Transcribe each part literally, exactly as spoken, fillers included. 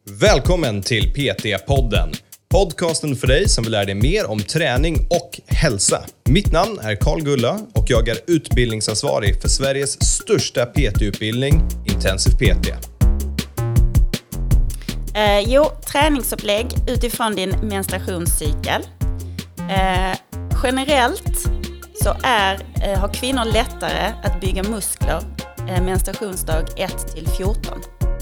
Välkommen till P T-podden. Podcasten för dig som vill lära dig mer om träning och hälsa. Mitt namn är Carl Gulla och jag är utbildningsansvarig för Sveriges största P T-utbildning, Intensiv P T. Eh, jo, träningsupplägg utifrån din menstruationscykel. Eh, generellt så är, eh, har kvinnor lättare att bygga muskler eh, menstruationsdag ett till fjorton.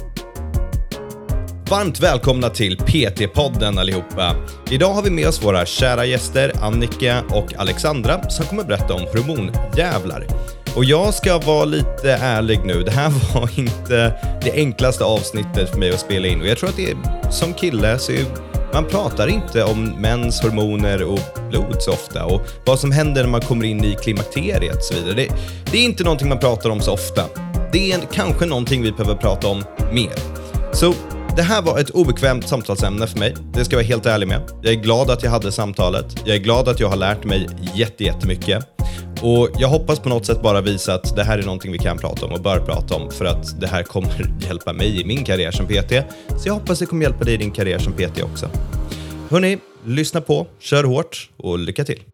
Varmt välkomna till P T-podden allihopa. Idag har vi med oss våra kära gäster Annika och Alexandra som kommer berätta om hormonjävlar. Och jag ska vara lite ärlig nu, det här var inte det enklaste avsnittet för mig att spela in. Och jag tror att det är, som kille så är, man pratar inte om mäns hormoner och blod så ofta. Och vad som händer när man kommer in i klimakteriet och så vidare. Det, det är inte någonting man pratar om så ofta. Det är kanske någonting vi behöver prata om mer. Så det här var ett obekvämt samtalsämne för mig. Det ska jag vara helt ärlig med. Jag är glad att jag hade samtalet. Jag är glad att jag har lärt mig jätte, jättemycket. Och jag hoppas på något sätt bara visa att det här är någonting vi kan prata om och bör prata om. För att det här kommer hjälpa mig i min karriär som P T. Så jag hoppas det kommer hjälpa dig i din karriär som P T också. Hörrni, lyssna på, kör hårt och lycka till.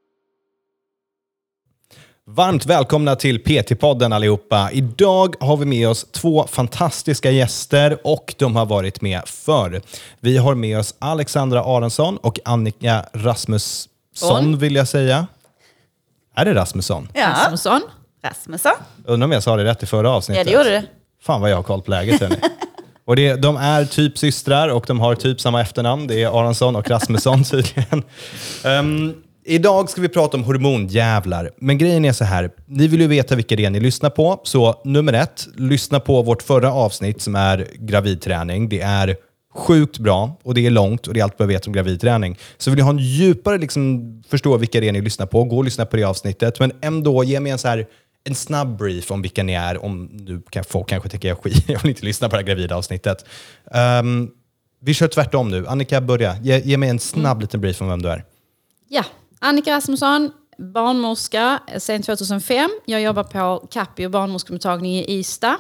Varmt välkomna till P T-podden allihopa. Idag har vi med oss två fantastiska gäster och de har varit med förr. Vi har med oss Alexandra Aronsson och Annika Rasmusson vill jag säga. Är det Rasmusson? Ja, Rasmusson. Rasmusson. Undrar om jag sa det rätt i förra avsnittet. Ja, det gjorde det. Fan vad jag har koll på läget. Hörni. Och det, de är typ systrar och de har typ samma efternamn. Det är Aronsson och Rasmusson tydligen. Um, Idag ska vi prata om hormonjävlar. Men grejen är så här. Ni vill ju veta vilka det är ni lyssnar på. Så nummer ett, lyssna på vårt förra avsnitt som är gravidträning. Det är sjukt bra och det är långt och det är allt vi vet om gravidträning. Så vill ni ha en djupare liksom, förstå vilka det är ni lyssnar på, gå och lyssna på det avsnittet. Men ändå, ge mig en så här en snabb brief om vilka ni är. Om nu kan folk kanske tänka jag skit, jag vill inte lyssna på det här gravida avsnittet. Um, vi kör tvärtom nu. Annika, börja. Ge, ge mig en snabb mm. liten brief om vem du är. Ja, Annika Rasmusson, barnmorska sedan tjugohundrafem. Jag jobbar på Capio barnmorskemottagning i Ystad.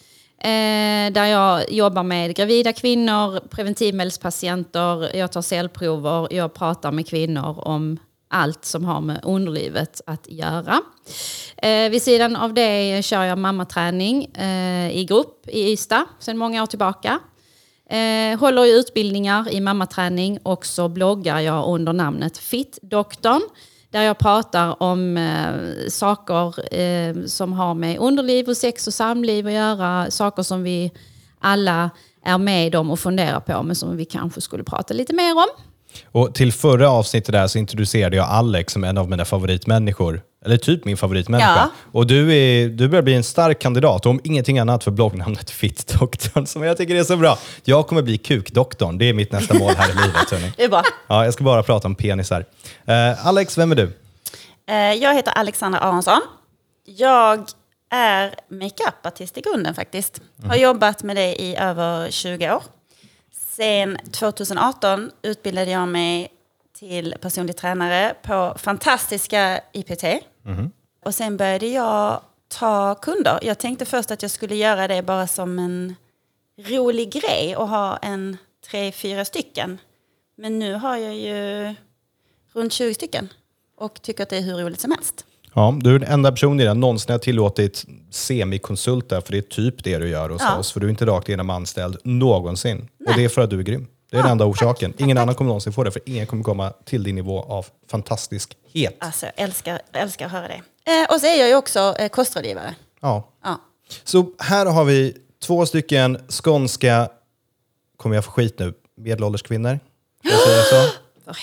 Eh, där jag jobbar med gravida kvinnor, preventivmedelspatienter, jag tar cellprover, jag pratar med kvinnor om allt som har med underlivet att göra. Eh, vid sidan av det kör jag mammaträning eh, i grupp i Ystad sedan många år tillbaka. Eh, håller i utbildningar i mammaträning och så bloggar jag under namnet Fit-doktorn. Där jag pratar om eh, saker eh, som har med underliv och sex och samliv att göra. Saker som vi alla är med om och funderar på men som vi kanske skulle prata lite mer om. Och till förra avsnittet där så introducerade jag Alex som en av mina favoritmänniskor. Eller typ min favoritmänniska. Ja. Och du, är, du börjar bli en stark kandidat om ingenting annat för bloggnamnet Fit-doktorn som jag tycker är så bra. Jag kommer bli kukdoktorn. Det är mitt nästa mål här i livet. Hörni. Det är bra. Ja, jag ska bara prata om penisar. Uh, Alex, vem är du? Uh, jag heter Alexandra Aronsson. Jag är makeup-artist i grunden faktiskt. Mm. Har jobbat med det i över tjugo år. Sen tjugoarton utbildade jag mig till personlig tränare på fantastiska I P T. Mm. Och sen började jag ta kunder. Jag tänkte först att jag skulle göra det bara som en rolig grej och ha en tre, fyra stycken. Men nu har jag ju runt tjugo stycken och tycker att det är hur roligt som helst. Ja, du är den enda personen i den någonsin har tillåtit semikonsulter, för det är typ det du gör hos ja. oss. För du är inte rakt igenom anställd någonsin. Nej. Och det är för att du är grym. Det är ja, den enda orsaken. Ingen annan kommer någonsin få det, för ingen kommer komma till din nivå av fantastiskhet. Alltså, jag älskar, älskar att höra det. Eh, och så är jag ju också eh, kostrådgivare. Ja. ja. Så här har vi två stycken skånska, kommer jag få skit nu, medelålders kvinnor. Får jag säga så?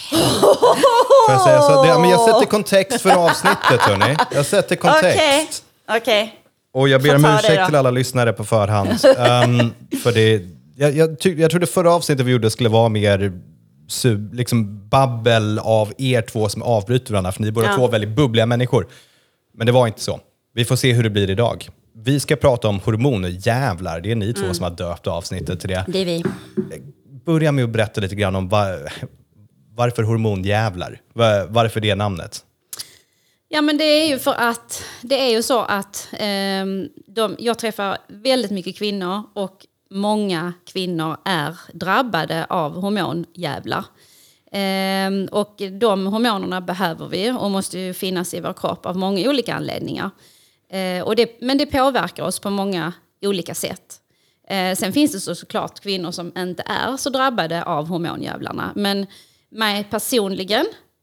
Får jag säga så? Det, men jag sätter kontext för avsnittet, hörni. Jag sätter kontext. Okej, okay. okej. Okay. Och jag ber om ursäkt till alla lyssnare på förhand. Um, för det... Jag, jag, tyck, jag trodde förra avsnittet vi gjorde skulle vara mer sub, liksom babbel av er två som avbryter varandra. För ni är båda ja. två väldigt bubbliga människor. Men det var inte så. Vi får se hur det blir idag. Vi ska prata om hormoner. Jävlar, det är ni två mm. som har döpt avsnittet till det. Det är vi. Börja med att berätta lite grann om var, varför hormonjävlar. Var, varför det namnet? Ja, men det är ju för att det är ju så att eh, de, jag träffar väldigt mycket kvinnor och många kvinnor är drabbade av hormonjävlar. Eh, och de hormonerna behöver vi och måste ju finnas i vår kropp av många olika anledningar. Eh, och det, men det påverkar oss på många olika sätt. Eh, sen finns det så, såklart kvinnor som inte är så drabbade av hormonjävlarna. Men mig personligen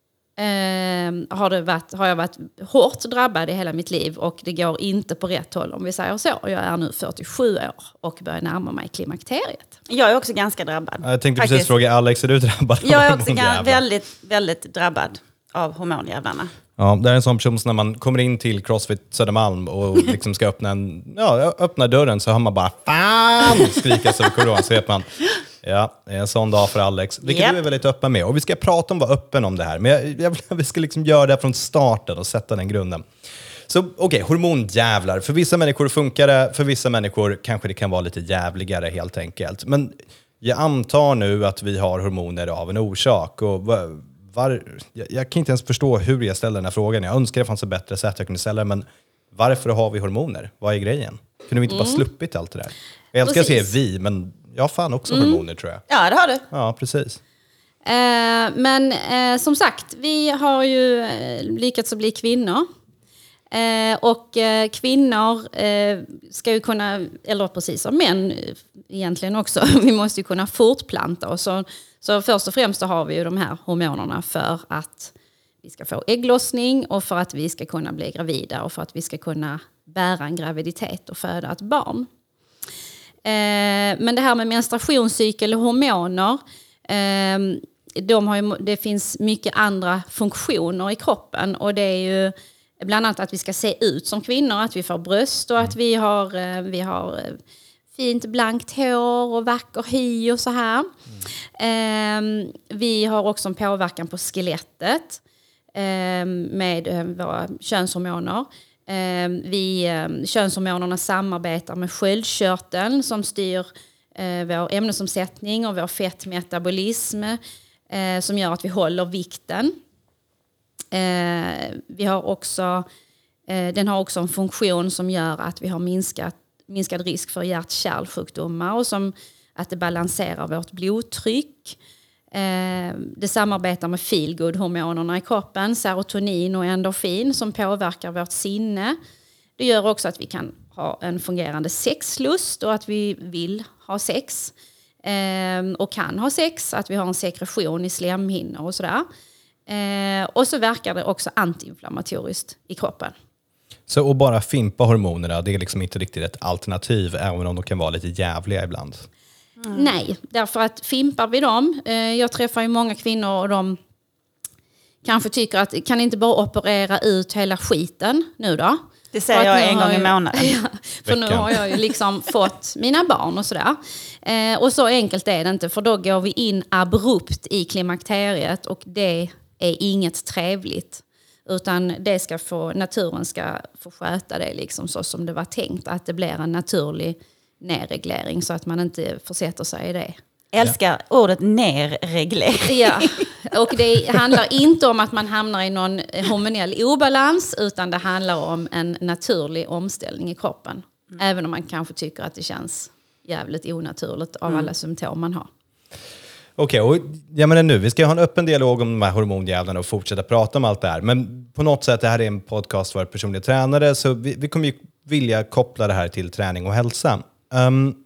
eh, har, det varit, har jag varit hårt drabbad i hela mitt liv. Och det går inte på rätt håll om vi säger så. Jag är nu fyrtiosju år och börjar närma mig klimakteriet. Jag är också ganska drabbad. Jag tänkte faktiskt. precis fråga Alex, är du drabbad av Jag är också hormonjävlar? väldigt, väldigt drabbad av hormonjävlarna. Ja, det är en sån person som när man kommer in till CrossFit Södermalm och liksom ska öppna, en, ja, öppna dörren så hör man bara fan skrikas över korridoren, så vet man, ja, det är en sån dag för Alex. Vilket Yep. du är väldigt öppen med. Och vi ska prata om att vara öppen om det här. Men jag, jag vill att vi ska liksom göra det från starten och sätta den grunden. Så okej, okay, hormonjävlar. För vissa människor funkar det, för vissa människor kanske det kan vara lite jävligare helt enkelt. Men jag antar nu att vi har hormoner av en orsak. Och var, jag, jag kan inte ens förstå hur jag ställer den här frågan. Jag önskar det fanns ett bättre sätt jag kunde ställa det. Men varför har vi hormoner? Vad är grejen? Kunde vi inte Mm. bara sluppit allt det där? Jag älskar att säga vi, men jag har fan också mm. hormoner tror jag. Ja, det har du. Ja, precis. Eh, men eh, som sagt, vi har ju eh, lyckats att bli kvinnor. Eh, och eh, kvinnor eh, ska ju kunna, eller precis som män egentligen också, vi måste ju kunna fortplanta oss. Så, så först och främst så har vi ju de här hormonerna för att vi ska få ägglossning och för att vi ska kunna bli gravida och för att vi ska kunna bära en graviditet och föda ett barn. Eh, men det här med menstruationscykel och hormoner, eh, de har ju, det finns mycket andra funktioner i kroppen och det är ju bland annat att vi ska se ut som kvinnor, att vi får bröst och att vi har, eh, vi har fint blankt hår och vacker hy och så här. Mm. Eh, vi har också en påverkan på skelettet eh, med eh, våra könshormoner. Eh, vi, eh, könshormonerna samarbetar med sköldkörteln som styr eh, vår ämnesomsättning och vår fettmetabolism eh, som gör att vi håller vikten. Eh, vi har också, eh, den har också en funktion som gör att vi har minskat, minskad risk för hjärt-kärlsjukdomar och som att det balanserar vårt blodtryck. Eh, det samarbetar med feelgood-hormonerna i kroppen, serotonin och endorfin som påverkar vårt sinne. Det gör också att vi kan ha en fungerande sexlust och att vi vill ha sex eh, och kan ha sex, att vi har en sekretion i slemhinnor och sådär. Eh, och så verkar det också antiinflammatoriskt i kroppen. Så att bara fimpa hormonerna, det är liksom inte riktigt ett alternativ, även om de kan vara lite jävliga ibland? Mm. Nej, därför att fimpar vi dem, eh, jag träffar ju många kvinnor och de kanske tycker att kan inte bara operera ut hela skiten nu då? Det säger jag en gång i månaden. Ja, för nu har jag ju liksom fått mina barn och sådär. Eh, och så enkelt är det inte, för då går vi in abrupt i klimakteriet och det är inget trevligt. Utan det ska få, naturen ska få sköta det liksom så som det var tänkt. Att det blir en naturlig nerreglering så att man inte försätter sig i det. Älskar ja. ordet nerreglering. Ja, och det handlar inte om att man hamnar i någon hormonell obalans utan det handlar om en naturlig omställning i kroppen. Mm. Även om man kanske tycker att det känns jävligt onaturligt av mm. alla symptom man har. Okej, okay, och jag menar nu, vi ska ha en öppen dialog om de här hormonjävlarna och fortsätta prata om allt det här. Men på något sätt, det här är en podcast för personliga tränare så vi, vi kommer ju vilja koppla det här till träning och hälsa. Um,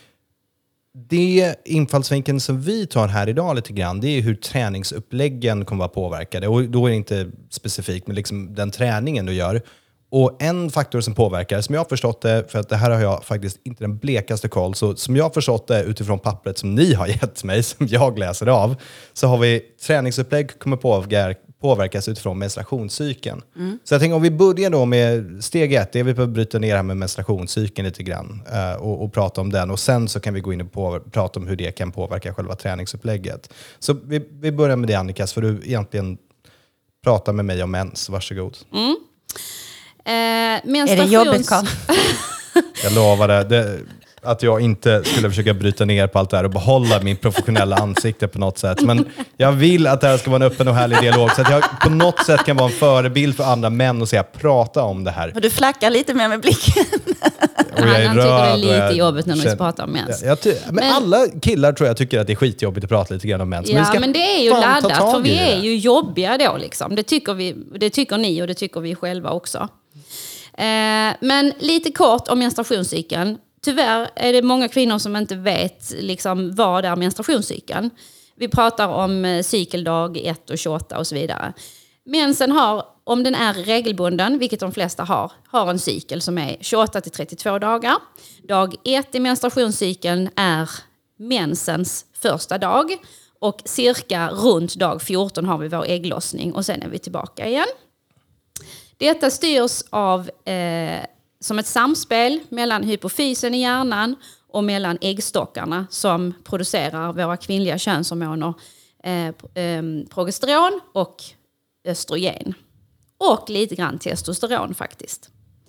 det infallsvinkeln som vi tar här idag lite grann, det är hur träningsuppläggen kommer att vara påverkade. Och då är det inte specifikt med liksom den träningen du gör. Och en faktor som påverkar, som jag har förstått det, för att det här har jag faktiskt inte den blekaste koll, så som jag har förstått det utifrån pappret som ni har gett mig, som jag läser av, så har vi träningsupplägg kommer påverka, påverkas utifrån menstruationscykeln. Mm. Så jag tänker om vi börjar då med steg ett, det är vi behöver bryta ner här med menstruationscykeln lite grann uh, och, och prata om den. Och sen så kan vi gå in och på, prata om hur det kan påverka själva träningsupplägget. Så vi, vi börjar med det, Annika, för du egentligen pratar med mig om mens. Varsågod. Mm. Eh, menstruations... Är det jobbigt, Carl? Jag lovar det. det. att jag inte skulle försöka bryta ner på allt det här och behålla min professionella ansikte på något sätt. Men jag vill att det här ska vara en öppen och härlig dialog så att jag på något sätt kan vara en förebild för andra män och säga prata om det här. Och du flackar lite mer med blicken. Och jag är Han tycker det är röd och lite jag jobbigt när vi känner- pratar om mens. Jag, jag ty- men, Men- alla killar tror jag tycker att det är skitjobbigt att prata lite grann om mens. vi Ja, ska men det är ju fan ta laddat, tag för i vi det. är ju jobbiga då liksom. Det tycker, vi, det tycker ni och det tycker vi själva också. Eh, men lite kort om menstruationscykeln. Tyvärr är det många kvinnor som inte vet liksom, vad är menstruationscykeln. Vi pratar om eh, cykeldag ett och tjugoåtta och så vidare. Mensen har, om den är regelbunden, vilket de flesta har, har en cykel som är tjugoåtta till trettiotvå dagar. Dag ett i menstruationscykeln är mensens första dag. Och cirka runt dag fjorton har vi vår ägglossning och sen är vi tillbaka igen. Detta styrs av eh, som ett samspel mellan hypofysen i hjärnan och mellan äggstockarna som producerar våra kvinnliga könshormoner eh, eh, progesteron och östrogen. Och lite grann testosteron faktiskt.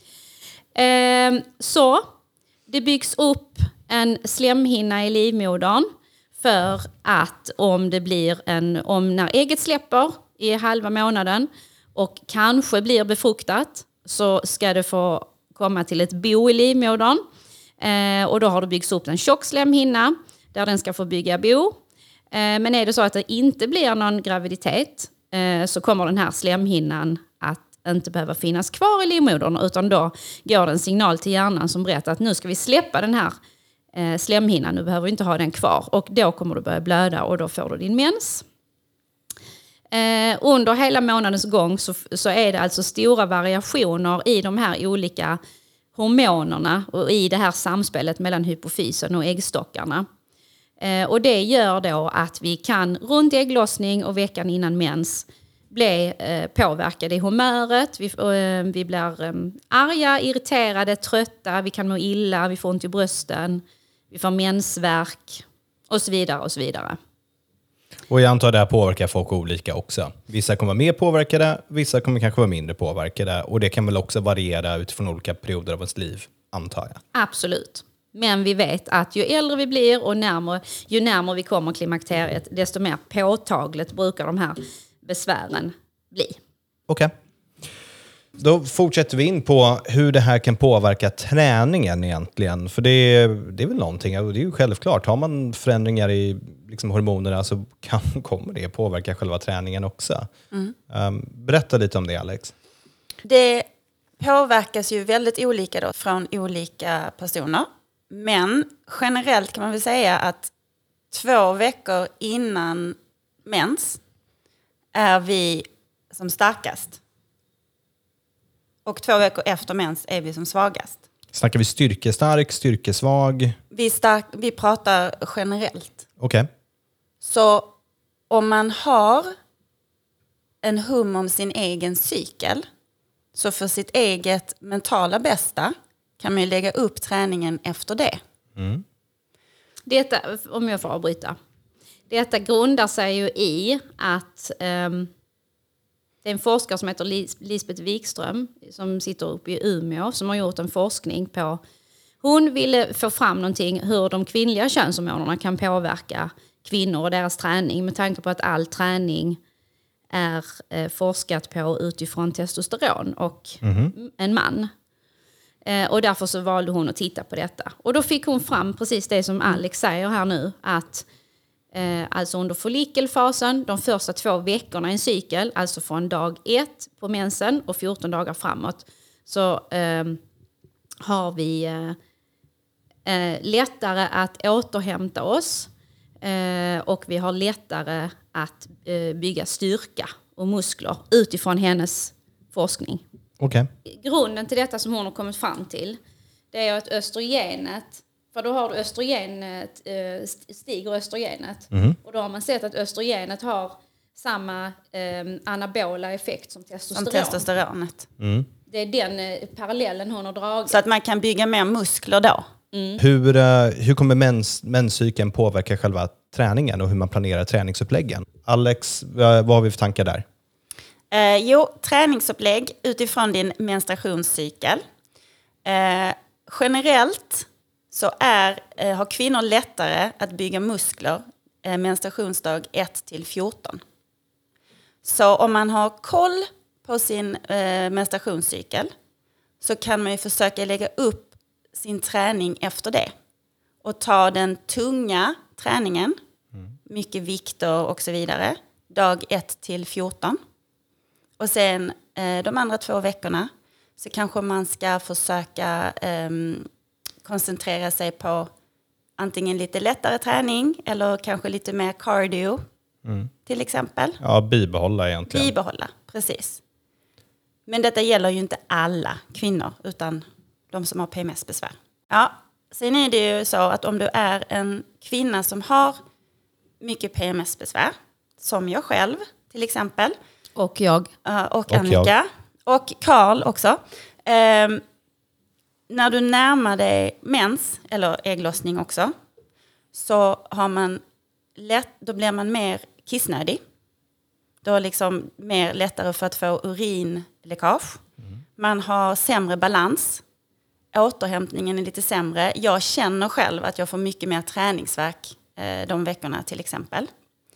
Eh, så det byggs upp en slemhinna i livmodern för att om det blir en, om när ägget släpper i halva månaden och kanske blir befruktat så ska det få komma till ett bo i livmodern. Eh, och då har det byggts upp en tjock slemhinna där den ska få bygga bo. Eh, men är det så att det inte blir någon graviditet eh, så kommer den här slemhinnan att inte behöva finnas kvar i livmodern utan då går det en signal till hjärnan som berättar att nu ska vi släppa den här eh, slemhinnan, nu behöver vi inte ha den kvar och då kommer du börja blöda och då får du din mens. Eh, under hela månadens gång så, så är det alltså stora variationer i de här olika hormonerna och i det här samspelet mellan hypofysen och äggstockarna. Eh, och det gör då att vi kan runt ägglossning och veckan innan mens bli eh, påverkade i humöret. Vi, eh, vi blir eh, arga, irriterade, trötta, vi kan må illa, vi får ont i brösten, vi får mensvärk och så vidare och så vidare. Och jag antar att det här påverkar folk olika också. Vissa kommer vara mer påverkade, vissa kommer kanske vara mindre påverkade. Och det kan väl också variera utifrån olika perioder av ens liv, antar jag. Absolut. Men vi vet att ju äldre vi blir och närmare, ju närmare vi kommer klimakteriet, desto mer påtagligt brukar de här besvären bli. Okej. Okay. Då fortsätter vi in på hur det här kan påverka träningen egentligen. För det är, det är väl någonting, och det är ju självklart. Har man förändringar i liksom hormonerna så kan, kommer det påverka själva träningen också. Mm. Um, berätta lite om det, Alex. Det påverkas ju väldigt olika då från olika personer. Men generellt kan man väl säga att två veckor innan mens är vi som starkast. Och två veckor efter mens är vi som svagast. Snackar vi styrkestark, styrkesvag? Vi, stark, vi pratar generellt. Okej. Okay. Så om man har en hum om sin egen cykel, så för sitt eget mentala bästa kan man ju lägga upp träningen efter det. Mm. Detta, om jag får avbryta. Detta grundar sig ju i att um, det är en forskare som heter Lis- Lisbeth Wikström som sitter uppe i Umeå som har gjort en forskning på. Hon ville få fram någonting hur de kvinnliga könshormonerna kan påverka kvinnor och deras träning med tanke på att all träning är eh, forskat på utifrån testosteron och mm-hmm. en man. Eh, och därför så valde hon att titta på detta. Och då fick hon fram precis det som Alex säger här nu, att eh, alltså under follikelfasen, de första två veckorna i en cykel, alltså från dag ett på mensen och fjorton dagar framåt, så eh, har vi eh, eh, lättare att återhämta oss eh, och vi har lättare att eh, bygga styrka och muskler utifrån hennes forskning. Okay. Grunden till detta som hon har kommit fram till, det är att östrogenet, för då har du östrogenet, stiger östrogenet. Mm. Och då har man sett att östrogenet har samma eh, anabola effekt som testosteron. Som testosteronet. Mm. Det är den eh, parallellen hon har dragit. Så att man kan bygga mer muskler då. Mm. Hur, uh, hur kommer mens, menscykeln påverka själva träningen och hur man planerar träningsuppläggen? Alex, uh, vad har vi för tankar där? Eh, jo, träningsupplägg utifrån din menstruationscykel. Eh, generellt så är, eh, har kvinnor lättare att bygga muskler eh, menstruationsdag ett till fjorton. Så om man har koll på sin eh, menstruationscykel så kan man ju försöka lägga upp sin träning efter det. Och ta den tunga träningen, mm. mycket vikter och så vidare, dag ett till fjorton. Och sen eh, de andra två veckorna så kanske man ska försöka eh, koncentrera sig på antingen lite lättare träning eller kanske lite mer cardio mm. till exempel. Ja, bibehålla egentligen. Bibehålla, precis. Men detta gäller ju inte alla kvinnor utan de som har P M S-besvär. Ja, sen är det ju så att om du är en kvinna som har mycket P M S-besvär, som jag själv till exempel. Och jag. Och, och Annika. Jag. Och Karl också. Eh, när du närmar dig mens, eller ägglossning också, så har man lätt, då blir man mer kissnödig. Då är liksom mer lättare för att få urinläckage. Mm. Man har sämre balans. Återhämtningen är lite sämre. Jag känner själv att jag får mycket mer träningsvärk eh, de veckorna till exempel.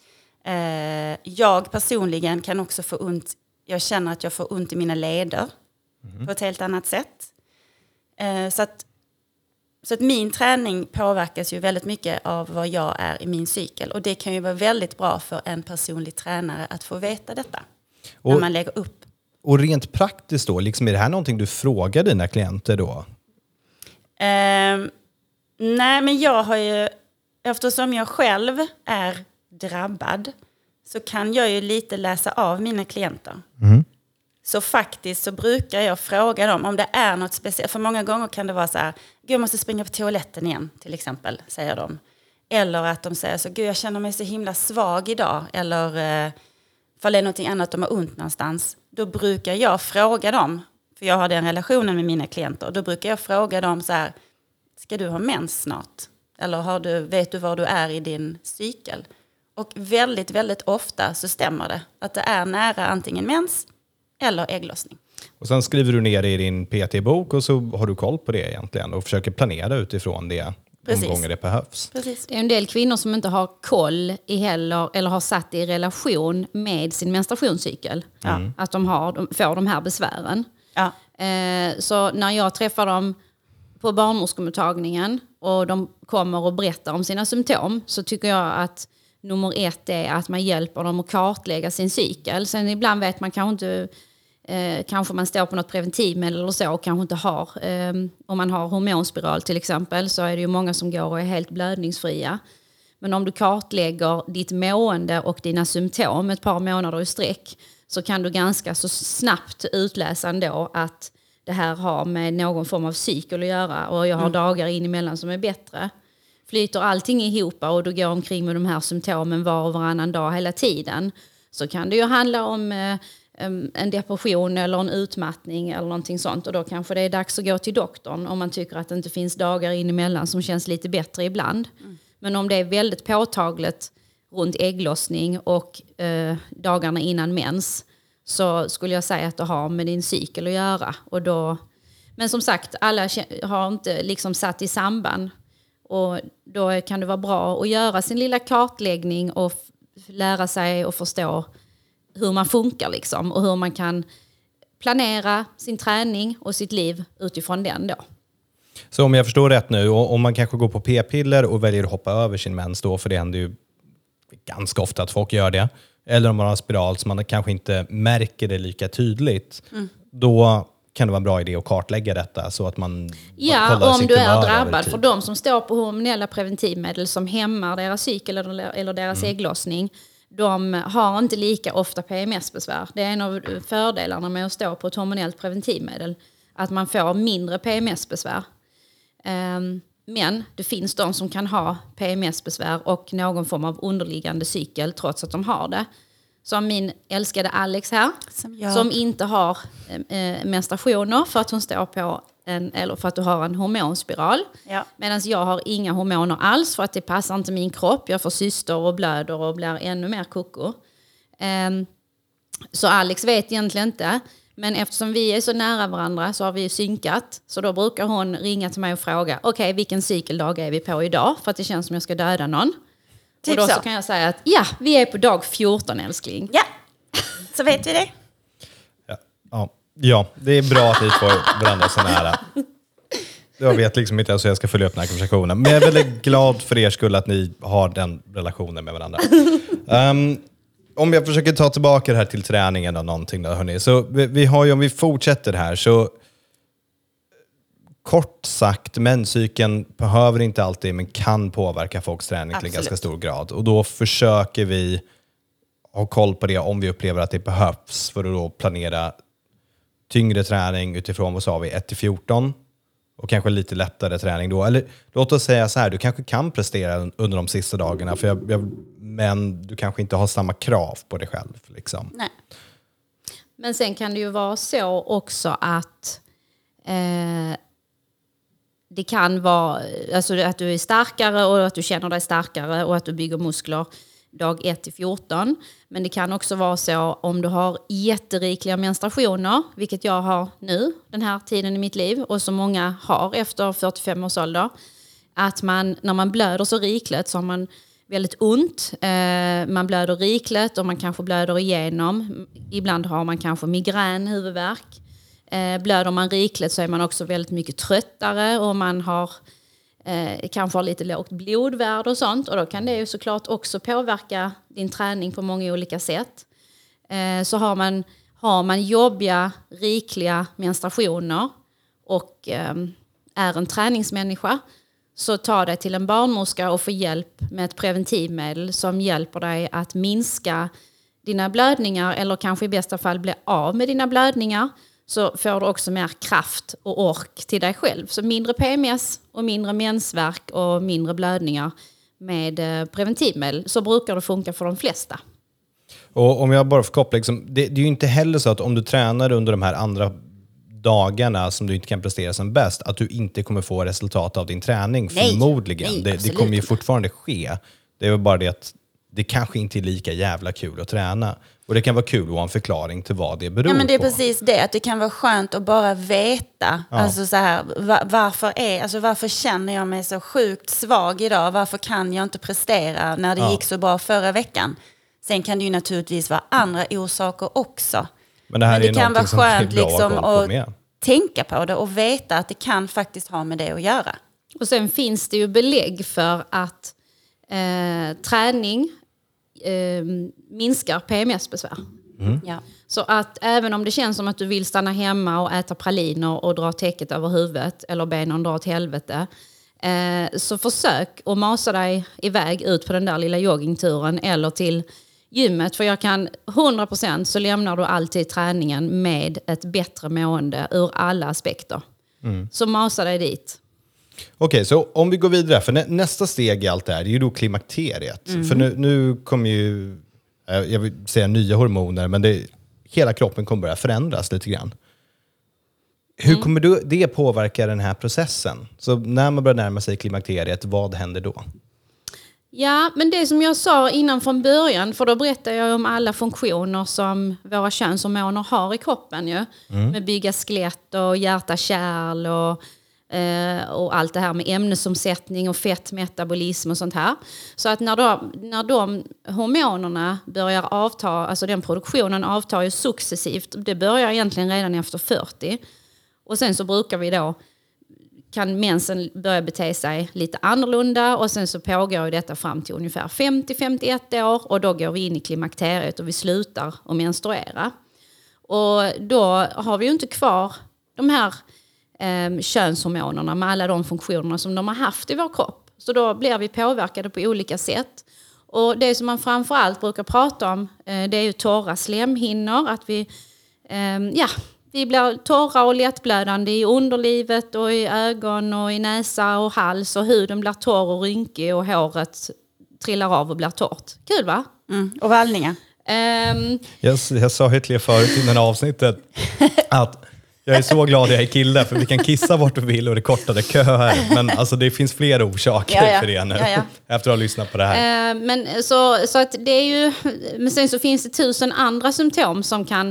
Eh, jag personligen kan också få ont. Jag känner att jag får ont i mina leder mm. på ett helt annat sätt. Eh, så, att, så att min träning påverkas ju väldigt mycket av vad jag är i min cykel. Och det kan ju vara väldigt bra för en personlig tränare att få veta detta. Och, när man lägger upp. Och rent praktiskt då, liksom är det här någonting du frågar dina klienter då? Eh, nej, men jag har ju, eftersom jag själv är drabbad så kan jag ju lite läsa av mina klienter. Mm. Så faktiskt så brukar jag fråga dem om det är något speciellt. För många gånger kan det vara så här, gud jag måste springa på toaletten igen till exempel, säger de. Eller att de säger så, gud jag känner mig så himla svag idag. Eller eh, för det är någonting annat, de har ont någonstans. Då brukar jag fråga dem, för jag har den relationen med mina klienter. Då brukar jag fråga dem så här, ska du ha mens snart? Eller har du, vet du var du är i din cykel? Och väldigt, väldigt ofta så stämmer det. Att det är nära antingen mens eller ägglossning. Och sen skriver du ner det i din P T-bok och så har du koll på det egentligen. Och försöker planera utifrån det. Precis. De gånger det behövs. Precis. Det är en del kvinnor som inte har koll i heller, eller har satt det i relation med sin menstruationscykel. Mm. Att de, har, de får de här besvären. Ja. Eh, så när jag träffar dem på barnmorskemottagningen och de kommer och berättar om sina symptom, så tycker jag att nummer ett är att man hjälper dem att kartlägga sin cykel. Sen ibland vet man kanske inte, eh, kanske man står på något preventivmedel eller så och kanske inte har, eh, om man har hormonspiral till exempel, så är det ju många som går och är helt blödningsfria. Men om du kartlägger ditt mående och dina symptom ett par månader i sträck, så kan du ganska så snabbt utläsa ändå att det här har med någon form av cykel att göra. Och jag har mm. dagar in emellan som är bättre. Flyter allting ihop och du går omkring med de här symptomen var och varannan dag hela tiden, så kan det ju handla om eh, en depression eller en utmattning eller någonting sånt. Och då kanske det är dags att gå till doktorn om man tycker att det inte finns dagar in emellan som känns lite bättre ibland. Mm. Men om det är väldigt påtagligt runt ägglossning och eh, dagarna innan mens, så skulle jag säga att det har med din cykel att göra. Och då, men som sagt, alla har inte liksom satt i samband. Och då kan det vara bra att göra sin lilla kartläggning och f- lära sig och förstå hur man funkar liksom. Och hur man kan planera sin träning och sitt liv utifrån den då. Så om jag förstår rätt nu, om man kanske går på p-piller och väljer att hoppa över sin mens då, för det händer ju ganska ofta att folk gör det. Eller om man har spiral så man kanske inte märker det lika tydligt. Mm. Då kan det vara en bra idé att kartlägga detta så att man ja, kollar om du är drabbad. För de som står på hormonella preventivmedel som hämmar deras cykel eller, eller deras mm. ägglossning, de har inte lika ofta P M S-besvär. Det är en av fördelarna med att stå på ett hormonellt preventivmedel. Att man får mindre P M S-besvär. Um, men det finns de som kan ha P M S-besvär och någon form av underliggande cykel trots att de har det. Som min älskade Alex här, som, som inte har eh, menstruationer för att hon står på en, eller för att du har en hormonspiral. Ja. Medan jag har inga hormoner alls för att det passar inte min kropp. Jag får cyster och blöder och blir ännu mer koko. Um, så Alex vet egentligen inte. Men eftersom vi är så nära varandra så har vi synkat. Så då brukar hon ringa till mig och fråga, okej okay, vilken cykeldag är vi på idag? För att det känns som jag ska döda någon. Typ och då så. så kan jag säga att ja, vi är på dag fjorton älskling. Ja, så vet vi det. Ja, ja. ja det är bra att vi får varandra så nära. Jag vet liksom inte ens hur jag ska följa upp den här konversationen. Men jag är väldigt glad för er skull att ni har den relationen med varandra. Um, om jag försöker ta tillbaka det här till träningen och någonting då, hörni. Så vi, vi har ju, om vi fortsätter här så kort sagt, menscykeln behöver inte alltid men kan påverka folks träning till en ganska stor grad. Och då försöker vi ha koll på det om vi upplever att det behövs för att då planera tyngre träning utifrån, vad sa vi, ett till fjorton. Och kanske lite lättare träning då. Eller låt oss säga så här, du kanske kan prestera under de sista dagarna. För jag, jag, men du kanske inte har samma krav på dig själv. Liksom. Nej. Men sen kan det ju vara så också att eh, det kan vara alltså att du är starkare och att du känner dig starkare och att du bygger muskler dag ett till fjorton. Men det kan också vara så om du har jätterikliga menstruationer, vilket jag har nu den här tiden i mitt liv och som många har efter fyrtiofem års ålder, att man när man blöder så rikligt så har man väldigt ont. Eh, man blöder rikligt och man kanske blöder igenom. Ibland har man kanske migrän, huvudvärk. Eh, blöder man rikligt så är man också väldigt mycket tröttare och man har Eh, kanske har lite lågt blodvärde och sånt. Och då kan det ju såklart också påverka din träning på många olika sätt. Eh, så har man, har man jobbiga, rikliga menstruationer och eh, är en träningsmänniska så ta dig till en barnmorska och få hjälp med ett preventivmedel som hjälper dig att minska dina blödningar eller kanske i bästa fall bli av med dina blödningar. Så får du också mer kraft och ork till dig själv. Så mindre P M S och mindre mensvärk och mindre blödningar med preventivmedel. Så brukar det funka för de flesta. Och om jag bara får koppla, liksom, det, det är ju inte heller så att om du tränar under de här andra dagarna som du inte kan prestera som bäst, att du inte kommer få resultat av din träning. Nej, förmodligen. nej, det, det kommer ju fortfarande ske. Det är väl bara det att det kanske inte är lika jävla kul att träna. Och det kan vara kul att ha en förklaring till vad det beror på. Ja, men det är precis det. Att det kan vara skönt att bara veta. Ja. Alltså så här, var, varför, är, alltså varför känner jag mig så sjukt svag idag? Varför kan jag inte prestera när det ja. gick så bra förra veckan? Sen kan det ju naturligtvis vara andra orsaker också. Men det, här men det är kan vara skönt liksom att tänka på det och veta att det kan faktiskt ha med det att göra. Och sen finns det ju belägg för att eh, träning eh, minskar P M S-besvär. Mm. Ja. Så att även om det känns som att du vill stanna hemma och äta praliner och dra täcket över huvudet eller benen dra åt helvete, eh, så försök att masa dig iväg ut på den där lilla joggingturen eller till gymmet. För jag kan hundra procent så lämnar du alltid träningen med ett bättre mående ur alla aspekter. Mm. Så masa dig dit. Okej, okay, så om vi går vidare, för nä- nästa steg i allt det här är ju då klimakteriet. Mm. För nu, nu kommer ju, jag vill säga nya hormoner, men det, hela kroppen kommer börja förändras lite grann. Hur mm. kommer du, det påverka den här processen? Så när man börjar närma sig klimakteriet, vad händer då? Ja, men det som jag sa innan från början, för då berättar jag om alla funktioner som våra könshormoner har i kroppen ju. Mm. Med bygga skelett och hjärta, kärl och Uh, och allt det här med ämnesomsättning och fettmetabolism och sånt här. Så att när, då, när de hormonerna börjar avta, alltså den produktionen avtar ju successivt. Det börjar egentligen redan efter fyrtio. Och sen så brukar vi då, kan mensen börja bete sig lite annorlunda och sen så pågår ju detta fram till ungefär femtio till femtioett år och då går vi in i klimakteriet och vi slutar att menstruera. Och då har vi ju inte kvar de här Eh, könshormonerna med alla de funktionerna som de har haft i vår kropp. Så då blir vi påverkade på olika sätt. Och det som man framförallt brukar prata om eh, det är ju torra slemhinnor. Att vi, eh, ja, vi blir torra och lättblödande i underlivet och i ögon och i näsa och hals. Och huden blir torr och rynkig och håret trillar av och blir torrt. Kul va? Mm. Och vallningar. Um, jag, jag sa helt till förut innan avsnittet att jag är så glad jag är kille för vi kan kissa vart vi vill och det kortade köer. Men alltså det finns flera orsaker ja, ja. för det nu. Ja, ja. Efter att ha lyssnat på det här. Uh, men så, så att det är ju, men sen så finns det tusen andra symptom som kan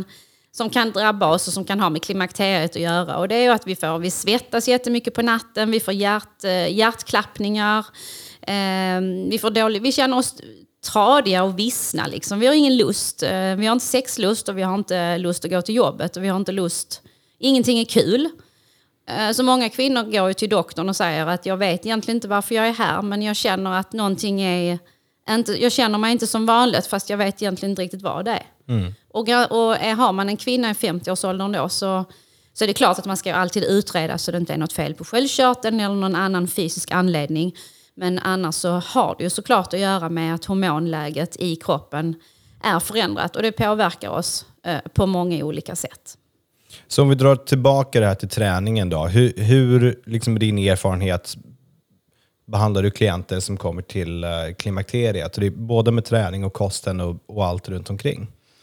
som kan drabba oss och som kan ha med klimakteriet att göra. Och det är ju att vi får, vi svettas jättemycket på natten, vi får hjärt, hjärtklappningar, eh, vi, får dålig, vi känner oss tradiga och vissna. Liksom. Vi har ingen lust, eh, vi har inte sexlust och vi har inte lust att gå till jobbet och vi har inte lust, ingenting är kul. Eh, så många kvinnor går ju till doktorn och säger att jag vet egentligen inte varför jag är här, men jag känner att någonting är, inte, jag känner mig inte som vanligt fast jag vet egentligen inte riktigt vad det är. Mm. Och, och är, har man en kvinna i femtio-årsåldern då så, så är det klart att man ska alltid utreda så det inte är något fel på sköldkörteln eller någon annan fysisk anledning. Men annars så har det ju såklart att göra med att hormonläget i kroppen är förändrat och det påverkar oss eh, på många olika sätt. Så om vi drar tillbaka det här till träningen då. Hur, hur liksom din erfarenhet behandlar du klienter som kommer till eh, klimakteriet? Det är både med träning och kosten och, och allt runt omkring.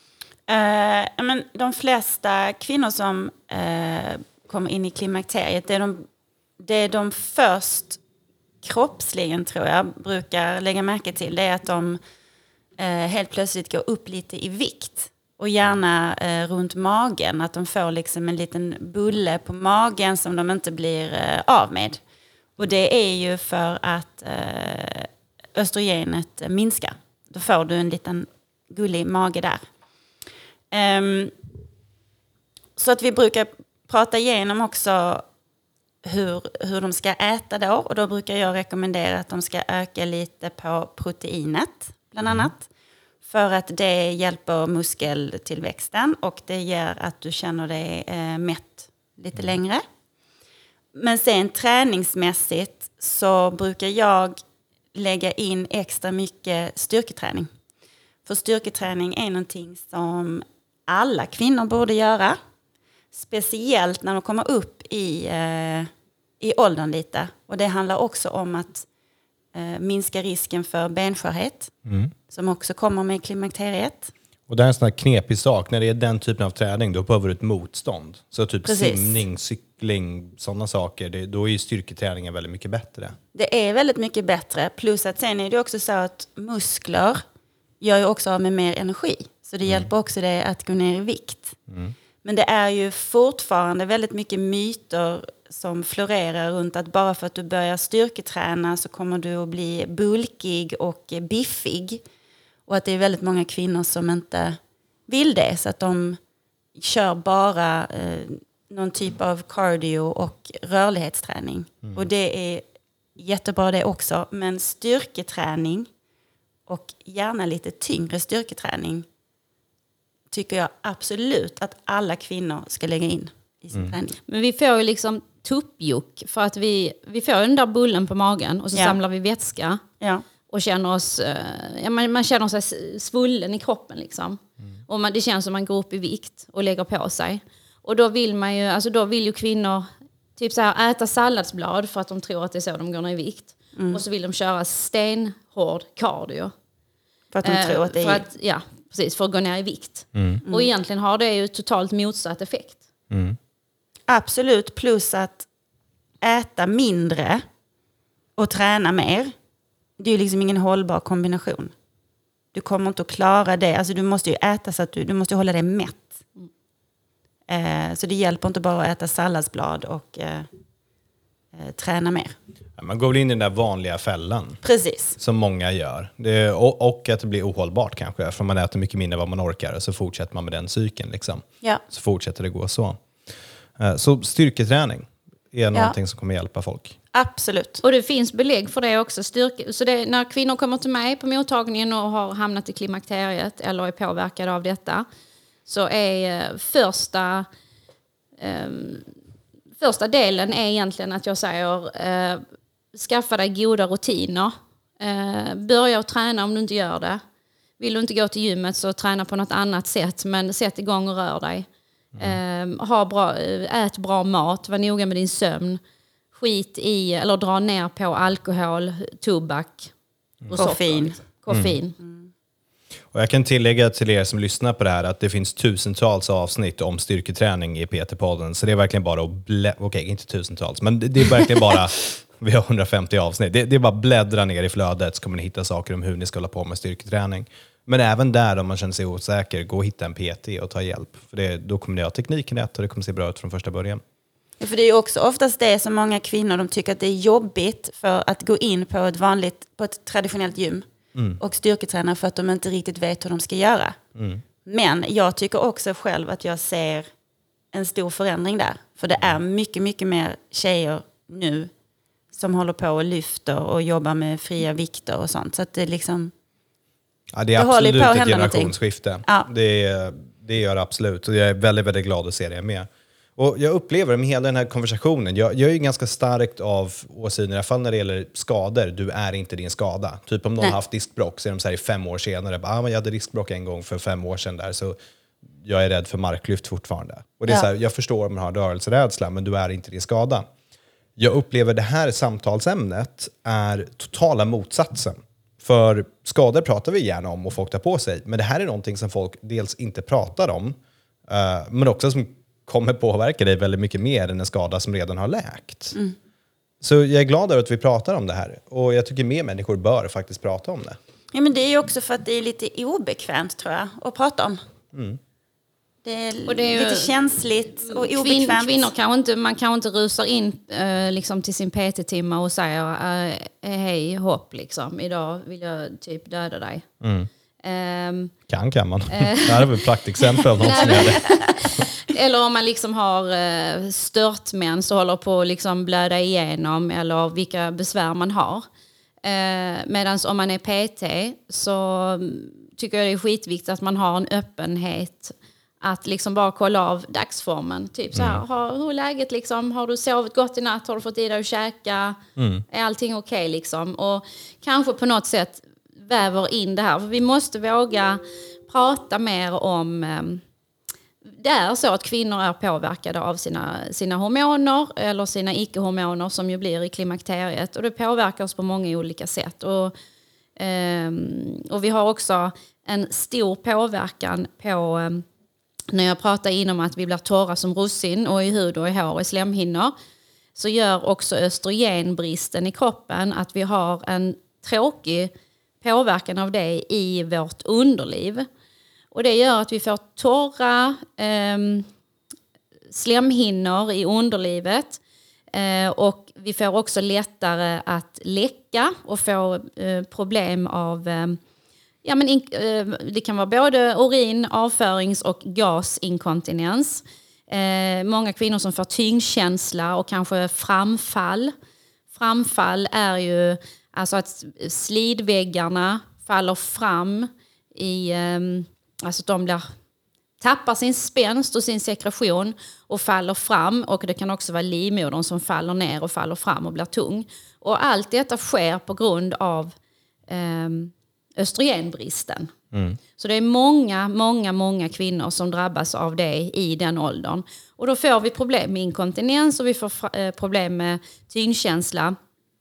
Uh, men de flesta kvinnor som uh, kommer in i klimakteriet, det är de, det är de först kroppsligen tror jag brukar lägga märke till, det är att de uh, helt plötsligt går upp lite i vikt. Och gärna uh, runt magen, att de får liksom en liten bulle på magen som de inte blir uh, av med. Och det är ju för att uh, östrogenet minskar. Då får du en liten gullig mage där. Um, så att vi brukar prata igenom också hur, hur de ska äta då. Och då brukar jag rekommendera att de ska öka lite på proteinet bland annat. För att det hjälper muskeltillväxten och det gör att du känner dig eh, mätt lite längre. Men sen träningsmässigt så brukar jag lägga in extra mycket styrketräning. För styrketräning är någonting som alla kvinnor borde göra. Speciellt när de kommer upp i, eh, i åldern lite. Och det handlar också om att eh, minska risken för benskörhet. Mm. Som också kommer med klimakteriet. Och det är en sån här knepig sak. När det är den typen av träning då behöver du ett motstånd. Så typ Precis. simning, cykling, sådana saker. Det, då är ju styrketräningen väldigt mycket bättre. Det är väldigt mycket bättre. Plus att sen är det också så att muskler gör ju också av med mer energi. Så det mm. hjälper också dig att gå ner i vikt. Mm. Men det är ju fortfarande väldigt mycket myter som florerar runt att bara för att du börjar styrketräna så kommer du att bli bulkig och biffig. Och att det är väldigt många kvinnor som inte vill det. Så att de kör bara eh, någon typ av cardio och rörlighetsträning. Mm. Och det är jättebra det också. Men styrketräning och gärna lite tyngre styrketräning tycker jag absolut att alla kvinnor ska lägga in i sin mm. träning. Men vi får ju liksom tuppjuck för att vi, vi får den där bullen på magen och så ja. samlar vi vätska. Ja. Och känner oss, ja, man, man känner sig svullen i kroppen liksom. Mm. Och man, det känns som man går upp i vikt och lägger på sig. Och då vill man ju, alltså då vill ju kvinnor typ så här äta salladsblad för att de tror att det är så de går ner i vikt. Mm. Och så vill de köra stenhård cardio. För att de eh, tror att det är... För att, ja, precis, för att gå ner i vikt. Mm. Och egentligen har det ju totalt motsatt effekt. Mm. Absolut, plus att äta mindre och träna mer. Det är ju liksom ingen hållbar kombination. Du kommer inte att klara det. Alltså du måste ju äta så att du, du måste hålla dig mätt. Mm. Eh, så det hjälper inte bara att äta salladsblad och eh, eh, träna mer. Man går väl in i den där vanliga fällan. Precis. Som många gör. Det, och, och att det blir ohållbart kanske. För man äter mycket mindre vad man orkar. Och så fortsätter man med den cykeln. Liksom. Ja. Så fortsätter det gå så. Eh, så styrketräning är någonting ja. som kommer hjälpa folk. Absolut. Och det finns belägg för det också. Styrke, så det, när kvinnor kommer till mig på mottagningen och har hamnat i klimakteriet eller är påverkade av detta så är eh, första, eh, första delen är egentligen att jag säger eh, skaffa dig goda rutiner. Eh, börja att träna om du inte gör det. Vill du inte gå till gymmet så träna på något annat sätt men sätt igång och rör dig. Mm. Eh, ha bra, ät bra mat, var noga med din sömn. Skit i, eller dra ner på alkohol, tobak och koffein. Koffein. Mm. Och jag kan tillägga till er som lyssnar på det här att det finns tusentals avsnitt om styrketräning i P T-podden. Så det är verkligen bara att blä... Okej, okay, inte tusentals, men det är verkligen bara... Vi har hundrafemtio avsnitt. Det, det är bara att bläddra ner i flödet så kommer ni hitta saker om hur ni ska hålla på med styrketräning. Men även där om man känner sig osäker, gå och hitta en P T och ta hjälp. För det, då kommer ni ha tekniken rätt och det kommer se bra ut från första början. Ja, för det är ju också oftast det som många kvinnor de tycker att det är jobbigt för att gå in på ett vanligt, på ett traditionellt gym mm. och styrketräna för att de inte riktigt vet hur de ska göra. Mm. Men jag tycker också själv att jag ser en stor förändring där. För det är mycket, mycket mer tjejer nu som håller på och lyfter och jobbar med fria vikter och sånt. Så att det liksom... Ja, det är det absolut på ett generationsskifte. Ja. Det, det gör det absolut. Och jag är väldigt, väldigt glad att se det med. Och jag upplever med hela den här konversationen, jag, jag är ju ganska starkt av åsidan, i alla fall när det gäller skador, du är inte din skada. Typ om någon Nej. har haft diskbråck så är de så här i fem år senare, bara, ah, men jag hade diskbråck en gång för fem år sedan där, så jag är rädd för marklyft fortfarande. Och det är ja. så här, jag förstår om man har rörelserädsla, men du är inte din skada. Jag upplever det här samtalsämnet är totala motsatsen. För skador pratar vi gärna om och folk tar på sig, men det här är någonting som folk dels inte pratar om, uh, men också som kommer påverka dig väldigt mycket mer än en skada som redan har läkt. Mm. Så jag är glad över att vi pratar om det här. Och jag tycker mer människor bör faktiskt prata om det. Ja, men det är ju också för att det är lite obekvämt, tror jag, att prata om. Mm. Det är, och det är lite känsligt och obekvämt. Kvin, kvinnor kanske inte, man kanske inte rusar in äh, liksom till sin P T-timma och säger äh, hej hopp, liksom. Idag vill jag typ döda dig. Mm. Um, kan kan man. Uh, det här är väl ett praktexempel av något som gör det. Eller om man liksom har eh, störtmän så håller på att liksom blöda igenom, eller vilka besvär man har. Eh, Medan om man är P T så tycker jag det är skitviktigt att man har en öppenhet att liksom bara kolla av dagsformen. Typ så här, Mm. har, hur är läget liksom? Har du sovit gott i natt? Har du fått i dig att käka? Mm. Är allting okej okay, liksom? Och kanske på något sätt väver in det här. För vi måste våga prata mer om... Eh, Det är så att kvinnor är påverkade av sina, sina hormoner eller sina icke-hormoner som ju blir i klimakteriet. Och det påverkar oss på många olika sätt. Och, eh, och vi har också en stor påverkan på, eh, när jag pratar inom att vi blir torra som russin och i hud och i hår och i slemhinnor, så gör också östrogenbristen i kroppen att vi har en tråkig påverkan av det i vårt underliv. Och det gör att vi får torra eh, slemhinnor i underlivet. Eh, och vi får också lättare att läcka och få eh, problem av... Eh, ja, men in, eh, det kan vara både urin, avförings- och gasinkontinens. Eh, många kvinnor som får tyngdkänsla och kanske framfall. Framfall är ju alltså att slidväggarna faller fram i... Eh, Alltså att de blir, tappar sin spänst och sin sekretion och faller fram. Och det kan också vara livmodern som faller ner och faller fram och blir tung. Och allt detta sker på grund av eh, östrogenbristen. Mm. Så det är många, många, många kvinnor som drabbas av det i den åldern. Och då får vi problem med inkontinens och vi får eh, problem med tyngdkänsla.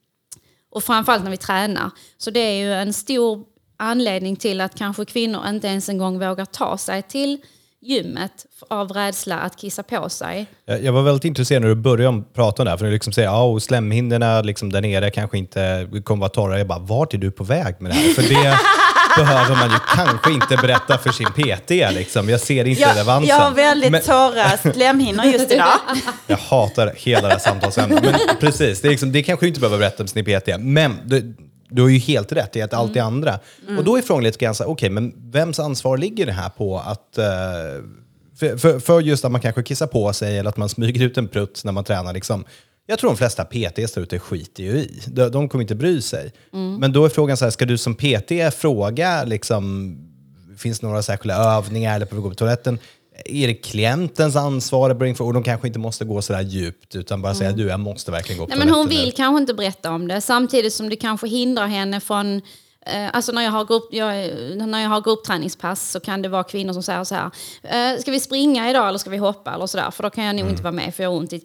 Och framförallt när vi tränar. Så det är ju en stor anledning till att kanske kvinnor inte ens en gång vågar ta sig till gymmet av rädsla att kissa på sig. Jag var väldigt intresserad när du började prata om det här, för du liksom säger att oh, slemhinnorna liksom där nere kanske inte kommer vara torra. Jag bara, vart är du på väg med det här? För det behöver man ju kanske inte berätta för sin P T. Liksom. Jag ser inte jag, relevansen. Jag har väldigt men, torra slemhinnor just idag. Jag hatar hela det här samtalsämnet. Men precis, det, är liksom, det kanske inte behöver berätta för sin P T. Men det, du har ju helt rätt i att allt är andra. Mm. Och då är frågan lite grann så, okej, okay, men vems ansvar ligger det här på att... Uh, för, för, för just att man kanske kissar på sig eller att man smyger ut en prutt när man tränar. Liksom. Jag tror de flesta P T:s där ute skiter ju i. De, de kommer inte bry sig. Mm. Men då är frågan så här, ska du som P T fråga, liksom, finns det några särskilda övningar eller på att gå på toaletten? Är det klientens ansvar? Och de kanske inte måste gå så där djupt utan bara mm. säga, du, jag måste verkligen gå på Nej, toaletten. Men hon vill nu. Kanske inte berätta om det. Samtidigt som det kanske hindrar henne från... Eh, alltså när jag, har grupp, jag, när jag har gruppträningspass så kan det vara kvinnor som säger så här, eh, ska vi springa idag eller ska vi hoppa eller sådär? För då kan jag nog mm. inte vara med för jag har ont i ett knä.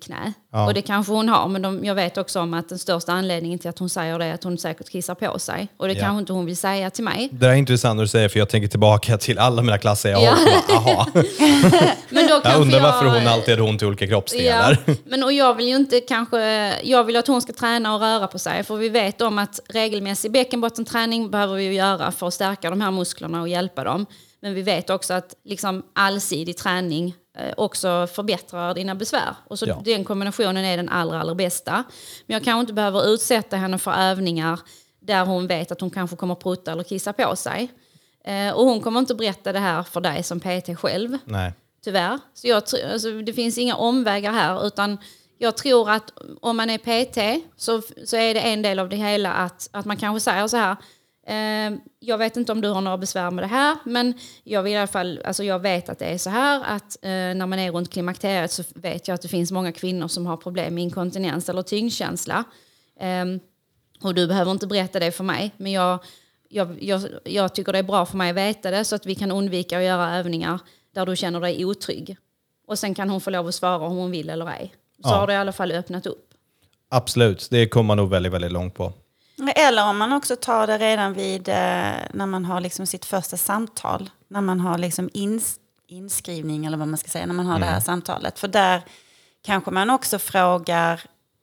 Ja. Och det kanske hon har, men de, jag vet också om att den största anledningen till att hon säger det är att hon säkert kissar på sig. Och det ja. kanske inte hon vill säga till mig. Det är intressant när du säger, för jag tänker tillbaka till alla mina klasser jag ja. har. Aha. Men då jag undrar varför jag, hon alltid har ont i olika kroppsdelar. Ja, men och jag vill ju inte kanske, jag vill att hon ska träna och röra på sig. För vi vet om att regelmässig bäckenbottenträning behöver vi ju göra för att stärka de här musklerna och hjälpa dem. Men vi vet också att liksom allsidig träning eh, också förbättrar dina besvär. Och så ja. den kombinationen är den allra, allra bästa. Men jag kanske inte behöver utsätta henne för övningar där hon vet att hon kanske kommer prutta eller kissa på sig. Eh, och hon kommer inte berätta det här för dig som P T själv. Nej. Tyvärr. Så jag, alltså, det finns inga omvägar här, utan jag tror att om man är P T så, så är det en del av det hela att, att man kanske säger så här: eh, jag vet inte om du har några besvär med det här, men jag vill i alla fall, alltså jag vet att det är så här att eh, när man är runt klimakteriet så vet jag att det finns många kvinnor som har problem med inkontinens eller tyngdkänsla. Eh, och du behöver inte berätta det för mig, men jag, jag, jag, jag tycker det är bra för mig att veta det så att vi kan undvika att göra övningar där du känner dig otrygg. Och sen kan hon få lov att svara om hon vill eller ej. Så ja. har det i alla fall öppnat upp. Absolut, det kommer man nog väldigt, väldigt långt på. Eller om man också tar det redan vid eh, när man har liksom sitt första samtal. När man har liksom ins- inskrivning eller vad man ska säga, när man har mm. det här samtalet. För där kanske man också frågar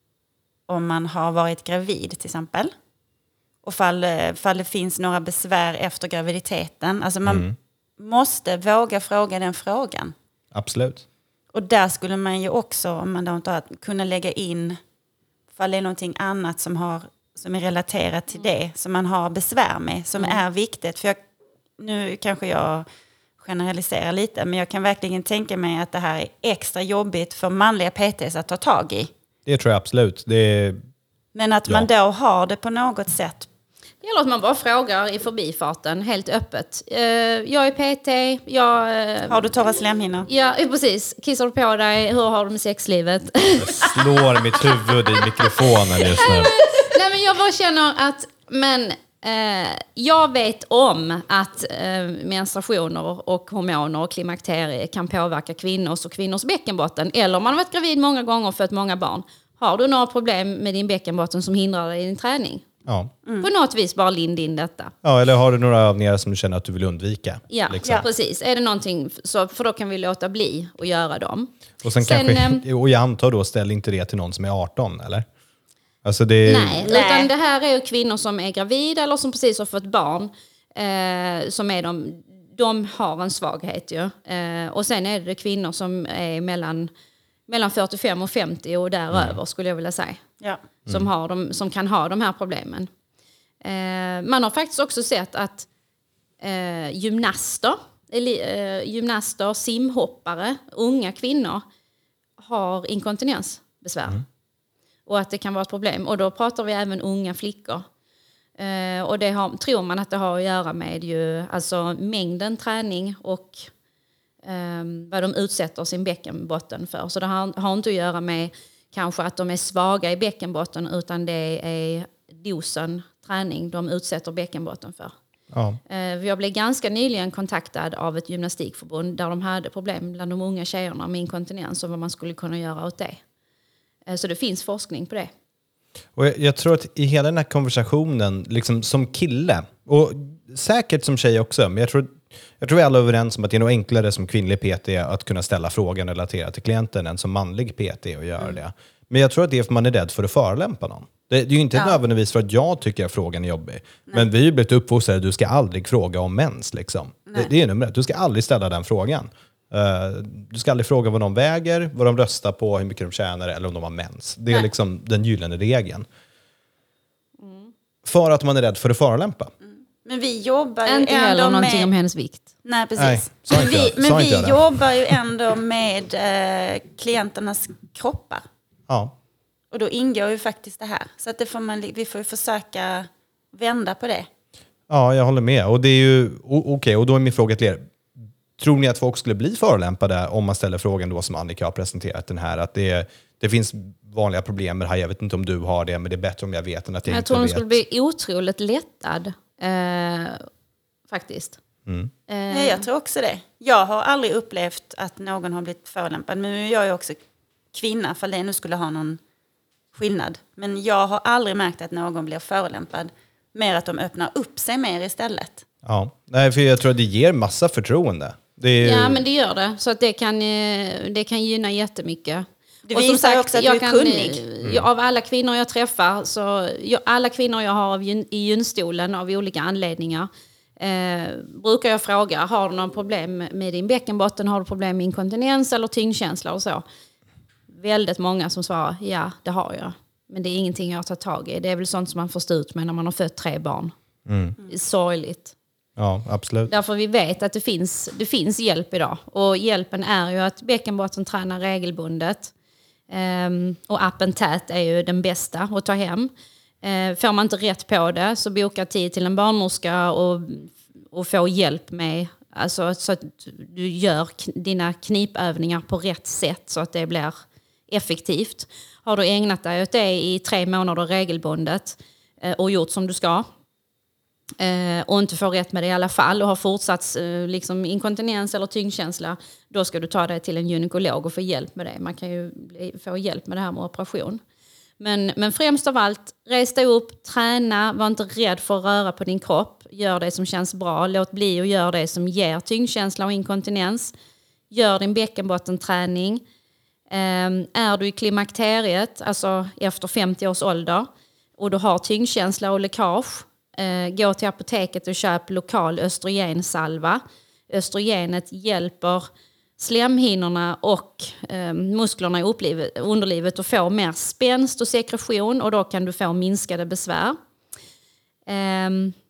om man har varit gravid till exempel. Och fall, fall det finns några besvär efter graviditeten. Alltså man mm. måste våga fråga den frågan. Absolut. Och där skulle man ju också, om man då inte har, kunna lägga in, fall det är någonting annat som, har, som är relaterat till det, som man har besvär med, som mm. är viktigt. För jag, nu kanske jag generaliserar lite, men jag kan verkligen tänka mig att det här är extra jobbigt för manliga P T:s att ta tag i. Det tror jag absolut. Det är, men att ja. man då har det på något sätt. Eller att man bara frågar i förbifarten helt öppet. Uh, jag är P T. Jag, uh, har du torra slemhinnor? Ja, precis. Kissar du på dig? Hur har du med sexlivet? Jag slår mitt huvud i mikrofonen just nu. Nej, men jag bara känner att men, uh, jag vet om att uh, menstruationer och hormoner och klimakterier kan påverka kvinnors och kvinnors bäckenbotten. Eller om man har varit gravid många gånger och fött många barn. Har du några problem med din bäckenbotten som hindrar dig i din träning? Ja. Mm. På något vis bara lind in detta. Ja, eller har du några övningar som du känner att du vill undvika? Ja, liksom. ja. precis. Är det någonting, så, för då kan vi låta bli att göra dem. Och sen, sen kanske, och jag antar då, ställ inte det till någon som är arton, eller? Alltså det... Nej, Nej, utan det här är ju kvinnor som är gravida eller som precis har fått barn. Eh, som är de, de har en svaghet ju. Eh, och sen är det kvinnor som är mellan... mellan fyrtiofem och femtio och däröver mm. skulle jag vilja säga. Ja. Som, mm. har de, som kan ha de här problemen. Eh, man har faktiskt också sett att eh, gymnaster, eller, eh, gymnaster, simhoppare, unga kvinnor har inkontinensbesvär. Mm. Och att det kan vara ett problem. Och då pratar vi även unga flickor. Eh, och det har, tror man att det har att göra med ju, alltså mängden träning och Um, vad de utsätter sin bäckenbotten för. Så det har, har inte att göra med kanske att de är svaga i bäckenbotten, utan det är dosen träning de utsätter bäckenbotten för. Ja. Uh, jag blev ganska nyligen kontaktad av ett gymnastikförbund där de hade problem bland de unga tjejerna med inkontinens och vad man skulle kunna göra åt det. Uh, så det finns forskning på det. Och jag, jag tror att i hela den här konversationen, liksom som kille, och säkert som tjej också, men jag tror Jag tror vi alla är överens om att det är nog enklare som kvinnlig P T att kunna ställa frågan relaterat till klienten än som manlig P T att göra mm. det. Men jag tror att det är för man är rädd för att förolämpa någon. Det, det är ju inte ja. nödvändigtvis för att jag tycker att frågan är jobbig. Nej. Men vi har ju blivit uppfostrade, du ska aldrig fråga om mens. Liksom. Det, det är nummer ett. Du ska aldrig ställa den frågan. Uh, du ska aldrig fråga vad de väger, vad de röstar på, hur mycket de tjänar eller om de har mens. Det är Nej. liksom den gyllene regeln. Mm. För att man är rädd för att förolämpa. Mm. Men vi jobbar ju inte ändå heller någonting med... om hennes vikt. Nej, precis. Nej, men vi, men vi jobbar ju ändå med eh, klienternas kroppar. Ja. Och då ingår ju faktiskt det här. Så att det får man, vi får ju försöka vända på det. Ja, jag håller med. Och det är ju okej, okay, och då är min fråga till er. Tror ni att folk skulle bli förolämpade om man ställer frågan då som Annika har presenterat den här? Att det, det finns vanliga problem med det här. Jag vet inte om du har det, men det är bättre om jag vet än att jag, jag inte vet. Jag tror de skulle bli otroligt lättad. Eh, faktiskt. Mm. Eh. Ja, jag tror också det. Jag har aldrig upplevt att någon har blivit förolämpad. Men jag är också kvinna, för det nu skulle ha någon skillnad. Men jag har aldrig märkt att någon blir förolämpad. Mer att de öppnar upp sig mer istället. Ja, nej, för jag tror att det ger massa förtroende. Det är... Ja, men det gör det. Så att det kan, det kan gynna jättemycket. Det visar som sagt, också att du är kunnig. Mm. Av alla kvinnor jag träffar, så jag, alla kvinnor jag har i gynstolen av olika anledningar, eh, brukar jag fråga, har du någon problem med din bäckenbotten, har du problem med inkontinens eller tyngdkänsla och så? Väldigt många som svarar, ja det har jag. Men det är ingenting jag tar tag i. Det är väl sånt som man får stå ut med när man har fött tre barn. Mm. Det är sorgligt. Ja, absolut. Därför vi vet att det finns, det finns hjälp idag. Och hjälpen är ju att bäckenbotten tränar regelbundet. Um, och appen Tät är ju den bästa att ta hem. Uh, får man inte rätt på det så boka tid till en barnmorska och, och få hjälp med, alltså, så att du gör k- dina knipövningar på rätt sätt så att det blir effektivt. Har du ägnat dig åt det i tre månader regelbundet uh, och gjort som du ska uh, och inte får rätt med det i alla fall och har fortsatt uh, liksom inkontinens eller tyngdkänsla, då ska du ta dig till en gynekolog och få hjälp med det. Man kan ju bli, få hjälp med det här med operation. Men, men främst av allt, res dig upp, träna, var inte rädd för att röra på din kropp. Gör det som känns bra, låt bli och gör det som ger tyngdkänsla och inkontinens. Gör din bäckenbottenträning. Um, är du i klimakteriet, alltså efter femtio års ålder, och du har tyngdkänsla och läckage, uh, gå till apoteket och köp lokal östrogensalva. Östrogenet hjälper slemhinnorna och eh, musklerna i upplivet, underlivet att få mer spänst och sekretion, och då kan du få minskade besvär. Eh,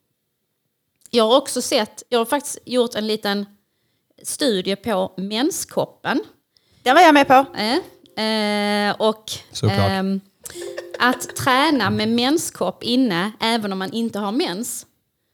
jag har också sett, jag har faktiskt gjort en liten studie på menskoppen. Den var jag med på. Eh, eh, och eh, att träna med menskopp inne, även om man inte har mens,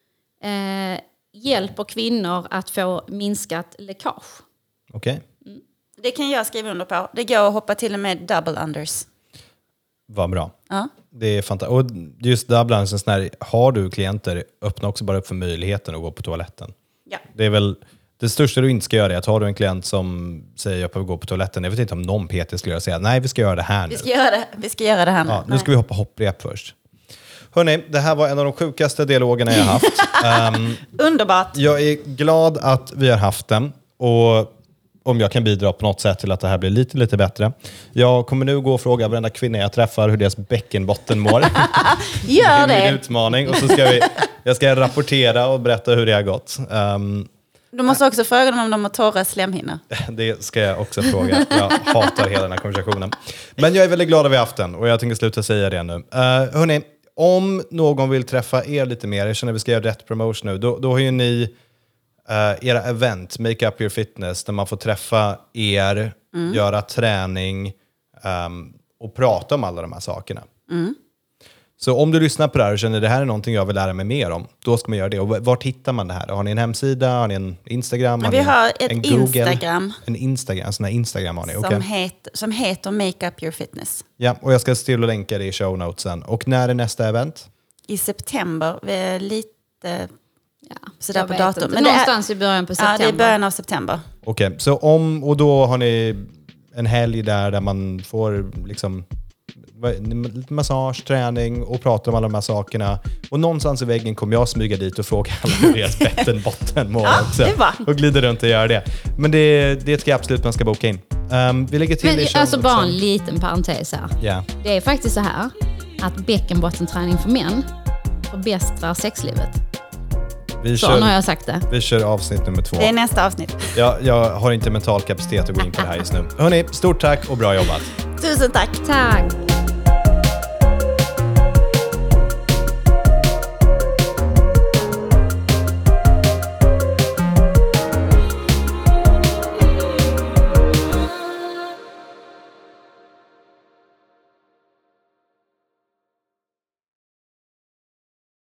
eh, hjälper kvinnor att få minskat läckage. Okej. Okay. Mm. Det kan jag skriva under på. Det går att hoppa till och med double unders. Vad bra. Ja. Det är fantastiskt. Och just double unders, en sån här, har du klienter, öppna också bara upp för möjligheten att gå på toaletten. Ja. Det är väl det största du inte ska göra är att har du en klient som säger jag behöver gå på toaletten. Jag vet inte om någon P T skulle göra säga nej, vi ska göra det här nu. Vi ska göra det, vi ska göra det här nu. Ja, nu ska vi hoppa hopprep först. Hörrni, det här var en av de sjukaste dialogerna jag har haft. um, Underbart. Jag är glad att vi har haft den. Och om jag kan bidra på något sätt till att det här blir lite, lite bättre. Jag kommer nu gå och fråga varenda kvinna jag träffar hur deras bäckenbotten mår. Gör det. Det är min utmaning. Och så ska vi, jag ska rapportera och berätta hur det har gått. Um, du måste också fråga dem om de har torra slemhinnor. Det ska jag också fråga. Jag hatar hela den här konversationen. Men jag är väldigt glad att vi har haft den. Och jag tänker sluta säga det nu. Uh, hörni, om någon vill träffa er lite mer, jag känner att vi ska göra rätt promotion nu, då, då har ju ni uh, era event, Make Up Your Fitness, där man får träffa er, mm. göra träning um, och prata om alla de här sakerna. Mm. Så om du lyssnar på det här och känner att det här är någonting jag vill lära mig mer om, då ska man göra det. Och vart hittar man det här? Har ni en hemsida? Har ni en Instagram? Har vi ni har ett en Instagram. En Instagram, en sån här Instagram har ni, som, okay. het, som heter Make Up Your Fitness. Ja, och jag ska still och länka det i show notesen. Och när är nästa event? I september, vi är lite ja, sådär på datum. Men någonstans är, i början på september. Ja, det är början av september. Okej, okay, så om, och då har ni en helg där, där man får liksom lite massage, träning och prata om alla de här sakerna. Och någonstans i väggen kommer jag smyga dit och fråga alla hur deras bäckenbotten mår ja, också. Det var. Och glider runt och gör det. Men det, det ska absolut man ska boka in. Um, vi lägger till Men, i show alltså bara också. en liten parentes här. Yeah. Det är faktiskt så här att bäckenbottenträning för män förbättrar sexlivet. Vi Så kör, nu har jag sagt det. Vi kör avsnitt nummer två. Det är nästa avsnitt. Jag, jag har inte mental kapacitet att gå in på det här just nu. Hörrni, stort tack och bra jobbat. Tusen tack. Tack.